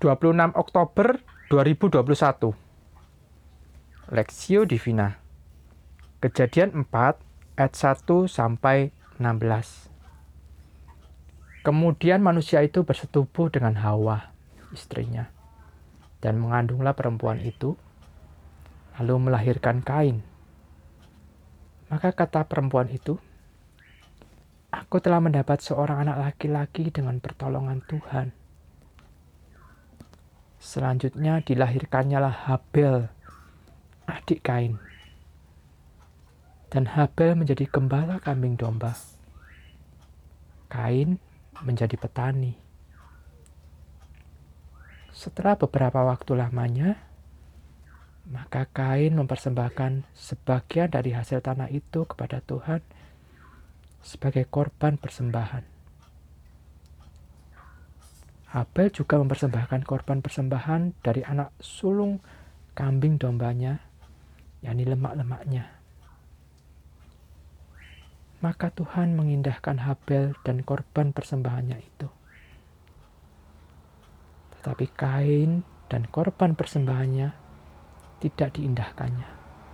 26 Oktober 2021. Lexio Divina. Kejadian 4 ayat 1 sampai 16. Kemudian manusia itu bersetubuh dengan Hawa, istrinya, dan mengandunglah perempuan itu, lalu melahirkan Kain. Maka kata perempuan itu, "Aku telah mendapat seorang anak laki-laki dengan pertolongan Tuhan." Selanjutnya dilahirkannya lah Habel, adik Kain. Dan Habel menjadi gembala kambing domba. Kain menjadi petani. Setelah beberapa waktu lamanya, maka Kain mempersembahkan sebagian dari hasil tanah itu kepada Tuhan sebagai korban persembahan. Habel juga mempersembahkan korban persembahan dari anak sulung kambing dombanya, yakni lemak-lemaknya. Maka Tuhan mengindahkan Habel dan korban persembahannya itu. Tetapi Kain dan korban persembahannya tidak diindahkannya.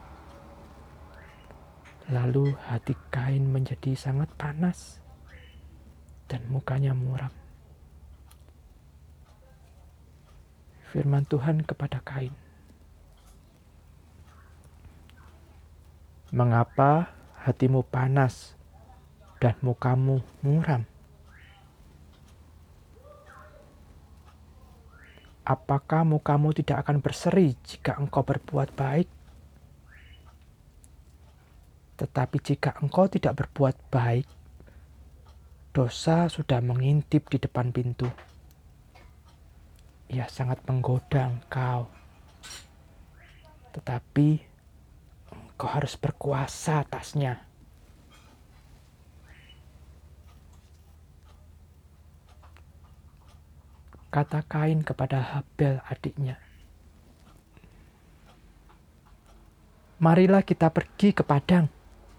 Lalu hati Kain menjadi sangat panas dan mukanya muram. Firman Tuhan kepada Kain, "Mengapa hatimu panas dan mukamu muram? Apakah mukamu tidak akan berseri jika engkau berbuat baik? Tetapi jika engkau tidak berbuat baik, dosa sudah mengintip di depan pintu. Ia sangat menggoda engkau. Tetapi engkau harus berkuasa atasnya." Kata Kain kepada Habel adiknya, "Marilah kita pergi ke padang."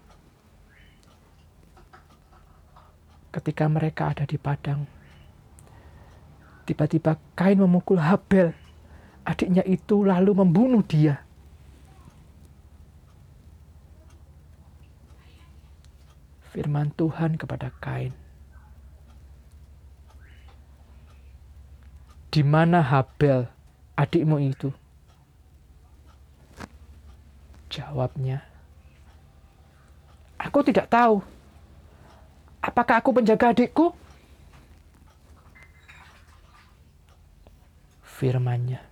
Ketika mereka ada di padang, tiba-tiba Kain memukul Habel, adiknya itu, lalu membunuh dia. Firman Tuhan kepada Kain, "Di mana Habel, adikmu itu?" Jawabnya, "Aku tidak tahu. Apakah aku penjaga adikku?" Firman-Nya,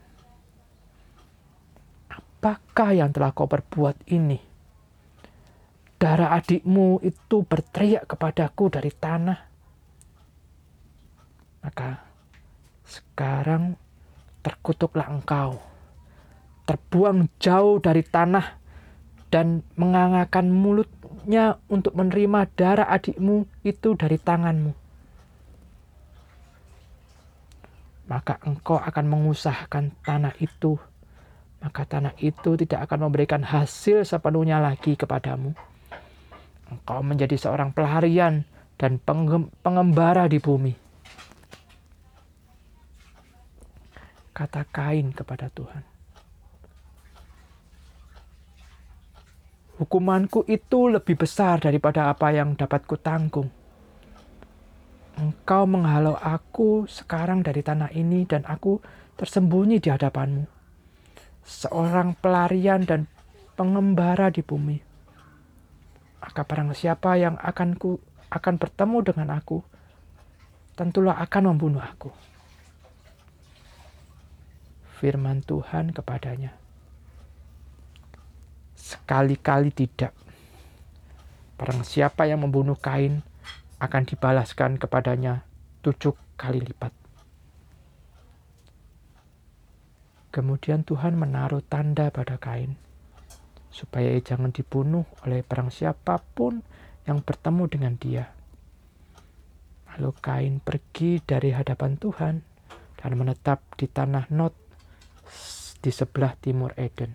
"Apakah yang telah kau perbuat ini? Darah adikmu itu berteriak kepadaku dari tanah. Maka sekarang terkutuklah engkau, terbuang jauh dari tanah, dan mengangakan mulutnya untuk menerima darah adikmu itu dari tanganmu. Maka engkau akan mengusahakan tanah itu, maka tanah itu tidak akan memberikan hasil sepenuhnya lagi kepadamu. Engkau menjadi seorang pelarian dan pengembara di bumi." Kata Kain kepada Tuhan, "Hukumanku itu lebih besar daripada apa yang dapat kutanggung. Engkau menghalau aku sekarang dari tanah ini, dan aku tersembunyi di hadapanmu, seorang pelarian dan pengembara di bumi. Maka barang siapa yang akan bertemu dengan aku, tentulah akan membunuh aku." Firman Tuhan kepadanya, "Sekali-kali tidak. Barang siapa yang membunuh Kain akan dibalaskan kepadanya 7 kali lipat." Kemudian Tuhan menaruh tanda pada Kain, supaya ia jangan dibunuh oleh barang siapapun yang bertemu dengan dia. Lalu Kain pergi dari hadapan Tuhan dan menetap di tanah Nod di sebelah timur Eden.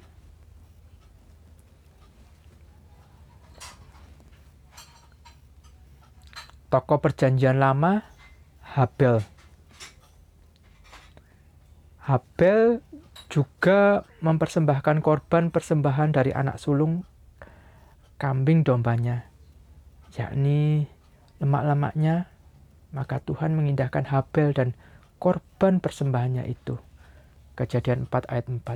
Tokoh Perjanjian Lama, Habel. Habel juga mempersembahkan korban persembahan dari anak sulung kambing dombanya, yakni lemak-lemaknya. Maka Tuhan mengindahkan Habel dan korban persembahannya itu. Kejadian 4 ayat 4.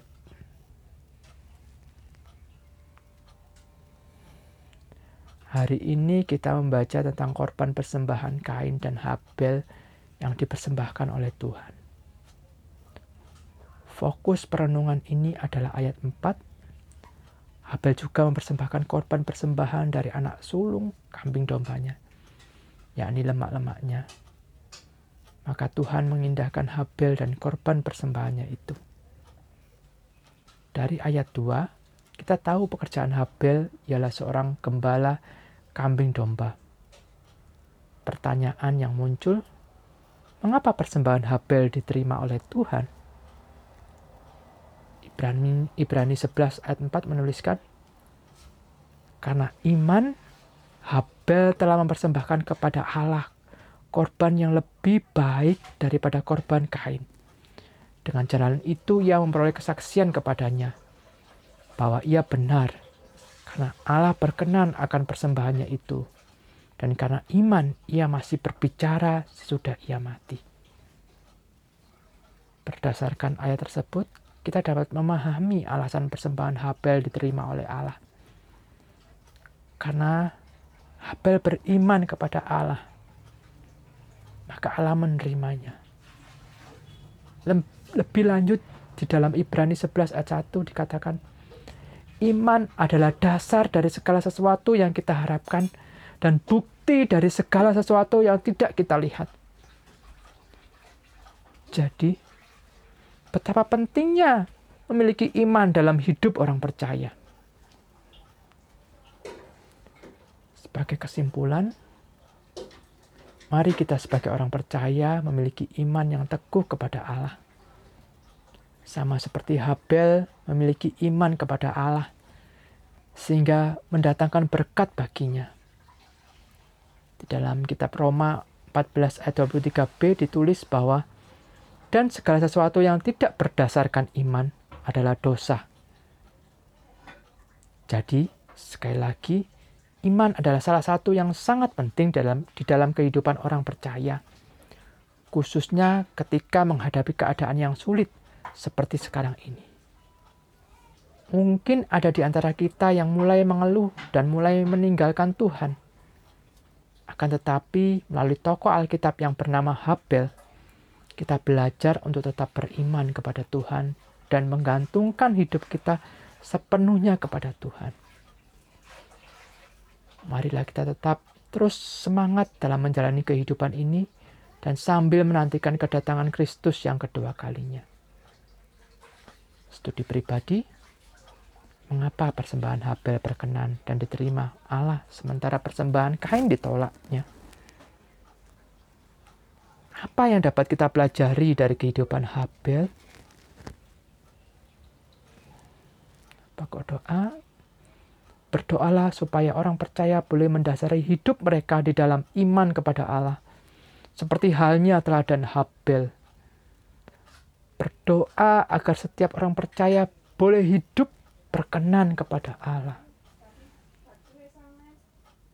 Hari ini kita membaca tentang korban persembahan Kain dan Habel yang dipersembahkan oleh Tuhan. Fokus perenungan ini adalah ayat 4. Habel juga mempersembahkan korban persembahan dari anak sulung kambing dombanya, yakni lemak-lemaknya. Maka Tuhan mengindahkan Habel dan korban persembahannya itu. Dari ayat 2, kita tahu pekerjaan Habel ialah seorang gembala kambing domba. Pertanyaan yang muncul, mengapa persembahan Habel diterima oleh Tuhan? Ibrani 11 ayat 4 menuliskan, karena iman, Habel telah mempersembahkan kepada Allah korban yang lebih baik daripada korban Kain. Dengan jalan itu ia memperoleh kesaksian kepadanya bahwa ia benar, karena Allah berkenan akan persembahannya itu. Dan karena iman, ia masih berbicara sesudah ia mati. Berdasarkan ayat tersebut, kita dapat memahami alasan persembahan Habel diterima oleh Allah. Karena Habel beriman kepada Allah, maka Allah menerimanya. Lebih lanjut, di dalam Ibrani 11 ayat 1 dikatakan, iman adalah dasar dari segala sesuatu yang kita harapkan dan bukti dari segala sesuatu yang tidak kita lihat. Jadi, betapa pentingnya memiliki iman dalam hidup orang percaya. Sebagai kesimpulan, mari kita sebagai orang percaya memiliki iman yang teguh kepada Allah. Sama seperti Habel memiliki iman kepada Allah, sehingga mendatangkan berkat baginya. Di dalam kitab Roma 14 ayat 23b ditulis bahwa, dan segala sesuatu yang tidak berdasarkan iman adalah dosa. Jadi, sekali lagi, iman adalah salah satu yang sangat penting di dalam kehidupan orang percaya, khususnya ketika menghadapi keadaan yang sulit seperti sekarang ini. Mungkin ada di antara kita yang mulai mengeluh dan mulai meninggalkan Tuhan. Akan tetapi, melalui tokoh Alkitab yang bernama Habel, kita belajar untuk tetap beriman kepada Tuhan dan menggantungkan hidup kita sepenuhnya kepada Tuhan. Marilah kita tetap terus semangat dalam menjalani kehidupan ini dan sambil menantikan kedatangan Kristus yang kedua kalinya. Studi pribadi, mengapa persembahan Habel berkenan dan diterima Allah sementara persembahan Kain ditolaknya? Apa yang dapat kita pelajari dari kehidupan Habel? Pokok doa, berdoalah supaya orang percaya boleh mendasari hidup mereka di dalam iman kepada Allah, seperti halnya teladan Habel. Berdoa agar setiap orang percaya boleh hidup berkenan kepada Allah.